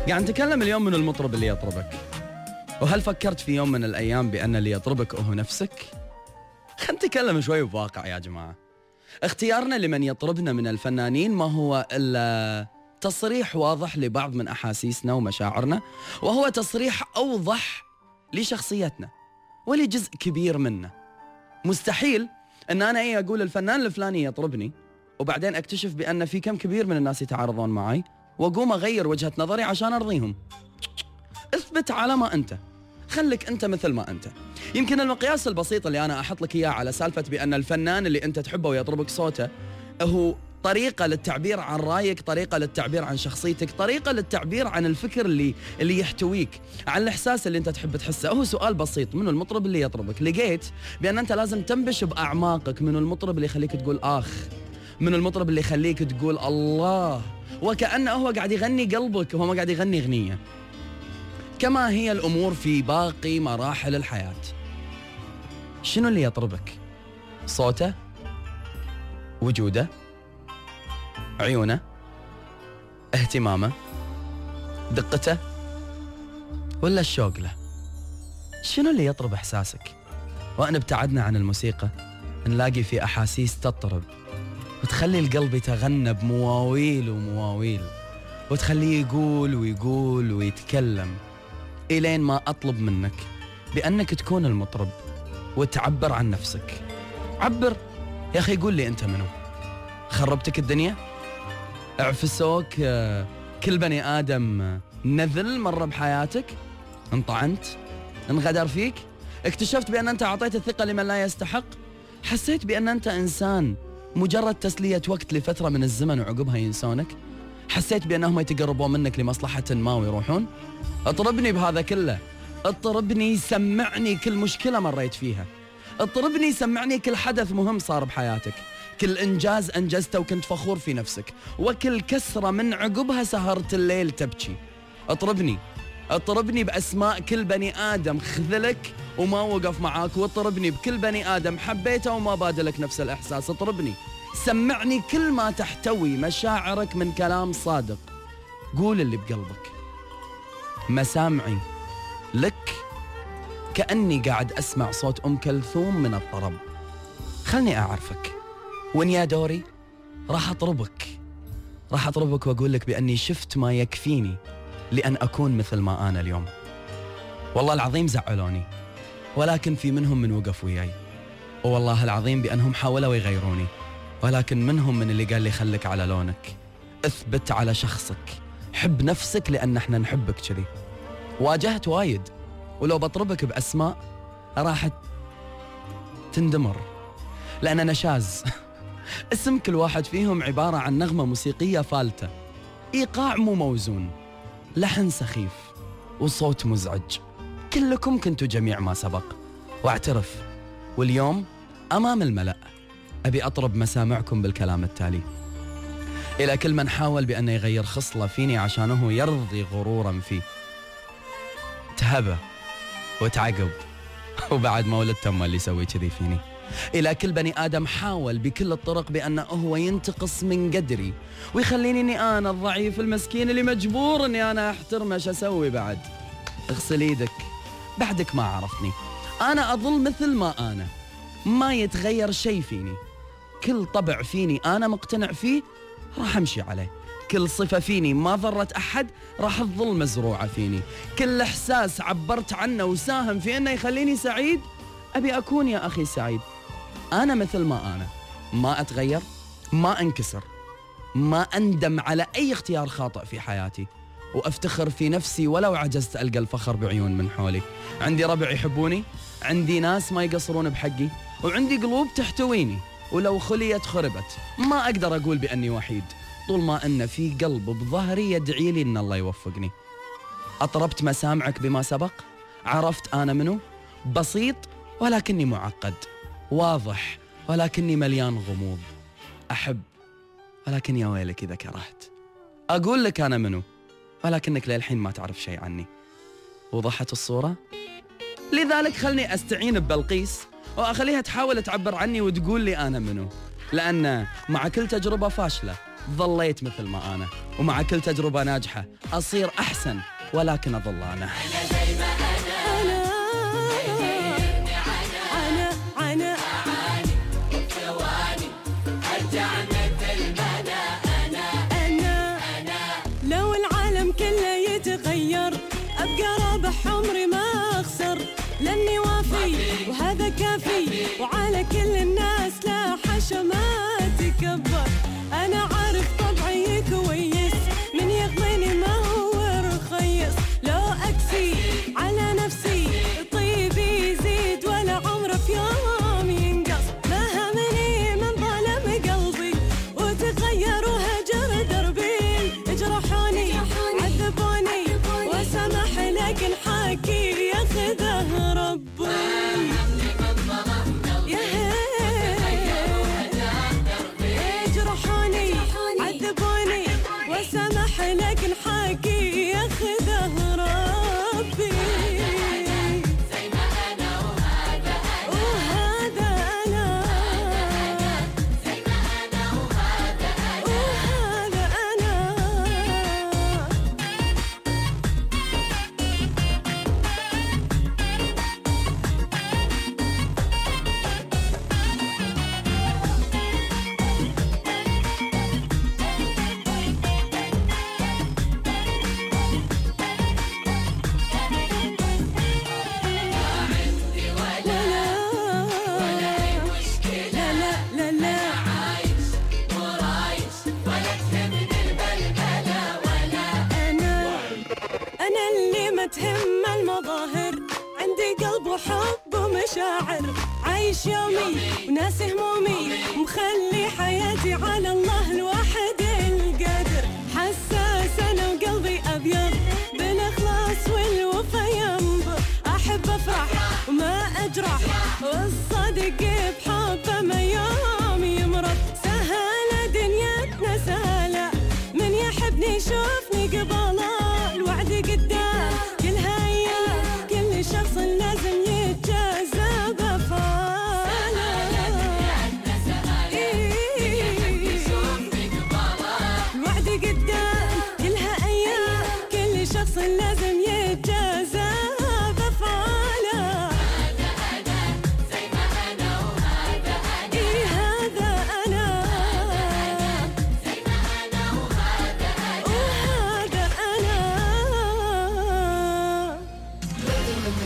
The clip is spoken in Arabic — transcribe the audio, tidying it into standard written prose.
قاعد نتكلم اليوم من المطرب اللي يطربك. وهل فكرت في يوم من الأيام بأن اللي يطربك هو نفسك؟ خلينا نتكلم شوي بواقع يا جماعة. اختيارنا لمن يطربنا من الفنانين ما هو إلا تصريح واضح لبعض من أحاسيسنا ومشاعرنا، وهو تصريح أوضح لشخصيتنا ولجزء كبير منا. مستحيل أن أنا أقول الفنان الفلاني يطربني وبعدين أكتشف بأن في كم كبير من الناس يتعارضون معي وأقوم أغير وجهة نظري عشان أرضيهم. اثبت على ما أنت، خلك أنت مثل ما أنت. يمكن المقياس البسيط اللي أنا أحط لك إياه على سالفة بأن الفنان اللي أنت تحبه ويطربك صوته هو طريقة للتعبير عن رأيك، طريقة للتعبير عن شخصيتك، طريقة للتعبير عن الفكر اللي يحتويك، عن الإحساس اللي أنت تحب تحسه. هو سؤال بسيط: من المطرب اللي يطربك؟ لقيت بأن أنت لازم تنبش بأعماقك من المطرب اللي يخليك تقول آخ، من المطرب اللي يخليك تقول الله، وكأنه هو قاعد يغني قلبك وهو ما قاعد يغني أغنية. كما هي الأمور في باقي مراحل الحياة. شنو اللي يطربك؟ صوته؟ وجوده؟ عيونه؟ اهتمامه؟ دقته؟ ولا الشوق له؟ شنو اللي يطرب إحساسك؟ وأن ابتعدنا عن الموسيقى نلاقي في أحاسيس تطرب وتخلي القلب يتغنى بمواويل ومواويل، وتخليه يقول ويقول ويتكلم، إلين ما أطلب منك بأنك تكون المطرب وتعبر عن نفسك. عبر يا أخي، قول لي أنت منو؟ خربتك الدنيا؟ اعفسوك كل بني آدم نذل مرة بحياتك؟ انطعنت؟ انغدر فيك؟ اكتشفت بأن أنت أعطيت الثقة لمن لا يستحق؟ حسيت بأن أنت إنسان مجرد تسلية وقت لفترة من الزمن وعقبها ينسونك؟ حسيت بأنهم يتقربون منك لمصلحة ما ويروحون؟ اطربني بهذا كله، اطربني، سمعني كل مشكلة مريت فيها، اطربني، سمعني كل حدث مهم صار بحياتك، كل إنجاز أنجزته وكنت فخور في نفسك، وكل كسرة من عقبها سهرت الليل تبكي. اطربني، اطربني بأسماء كل بني آدم خذلك وما وقف معاك، واطربني بكل بني آدم حبيته وما بادلك نفس الإحساس. اطربني، سمعني كل ما تحتوي مشاعرك من كلام صادق. قول اللي بقلبك. مسامعي لك كأني قاعد أسمع صوت أم كلثوم من الطرب. خلني أعرفك، وإن يا دوري راح أطربك وأقول لك بأني شفت ما يكفيني لأن أكون مثل ما أنا اليوم. والله العظيم زعلوني، ولكن في منهم من وقف وياي، والله العظيم بأنهم حاولوا يغيروني، ولكن منهم من اللي قال لي خلك على لونك، اثبت على شخصك، حب نفسك لأن احنا نحبك كذي. واجهت وايد، ولو بطربك بأسماء راح تندمر، لأن أنا شاذ. اسم كل واحد فيهم عبارة عن نغمة موسيقية فالتة، إيقاع مو موزون، لحن سخيف، وصوت مزعج. كلكم كنتوا جميع ما سبق، واعترف، واليوم أمام الملأ أبي أطرب مسامعكم بالكلام التالي: إلى كل من حاول بأنه يغير خصلة فيني عشانه يرضي غرورا فيه، تهبى وتعقب وبعد ما ولدت أمه اللي يسوي كذي فيني. إلى كل بني آدم حاول بكل الطرق بأنه هو ينتقص من قدري ويخليني إني أنا الضعيف المسكين اللي مجبور إني أنا أحترمه، شو أسوي بعد؟ اغسل إيدك، بعدك ما عرفتني. أنا أظل مثل ما أنا، ما يتغير شيء فيني. كل طبع فيني أنا مقتنع فيه راح أمشي عليه، كل صفة فيني ما ضرت أحد راح تظل مزروعة فيني، كل إحساس عبرت عنه وساهم في أنه يخليني سعيد أبي أكون يا أخي سعيد. أنا مثل ما أنا، ما أتغير، ما أنكسر، ما أندم على أي اختيار خاطئ في حياتي، وأفتخر في نفسي ولو عجزت ألقى الفخر بعيون من حولي. عندي ربع يحبوني، عندي ناس ما يقصرون بحقي، وعندي قلوب تحتويني، ولو خليت خربت. ما أقدر أقول بأني وحيد طول ما أن في قلب بظهري يدعي لي أن الله يوفقني. أطربت مسامعك بما سبق، عرفت أنا منو، بسيط ولكني معقد، واضح ولكني مليان غموض، أحب ولكن يا ويلك إذا كرهت، أقول لك أنا منو ولكنك للحين ما تعرف شيء عني. وضحت الصورة؟ لذلك خلني أستعين ببلقيس وأخليها تحاول تعبر عني وتقول لي أنا منو، لأن مع كل تجربة فاشلة ظليت مثل ما أنا. ومع كل تجربة ناجحة أصير أحسن، ولكن أظل أنا. لو العالم كله يتغير أبقى رابح عمري ما أخسر، لأني وافي وهذا كافي، وعلى كل الناس لا حشا ما تكبر. أنا عارف طبعي كويس، من يغضيني ما هو رخيص. لو أكسي على نفسي طيبي يزيد ولا عمره في يوم ينقص. ما همني من ظلم قلبي وتغير وهجر دربي، جرحوني عذبوني وسمح لكن حاكي ياخذه ربي. جرحوني عذبوني وسمح لكن حاكي ياخذه ربي. زي ما أنا وهذا أنا، زي ما أنا وهذا أنا. أنا اللي ما تهم المظاهر، عندي قلب وحب ومشاعر، عايش يومي وناس همومي، مخلي حياتي على الله الواحد القادر. حساس أنا وقلبي أبيض، بالإخلاص والوفا ينبض. أحب أفرح وما أجرح، والصدق بحبه ما يوم يمرض. سهلة دنيتنا سهلة، من يحبني يشوفني قبل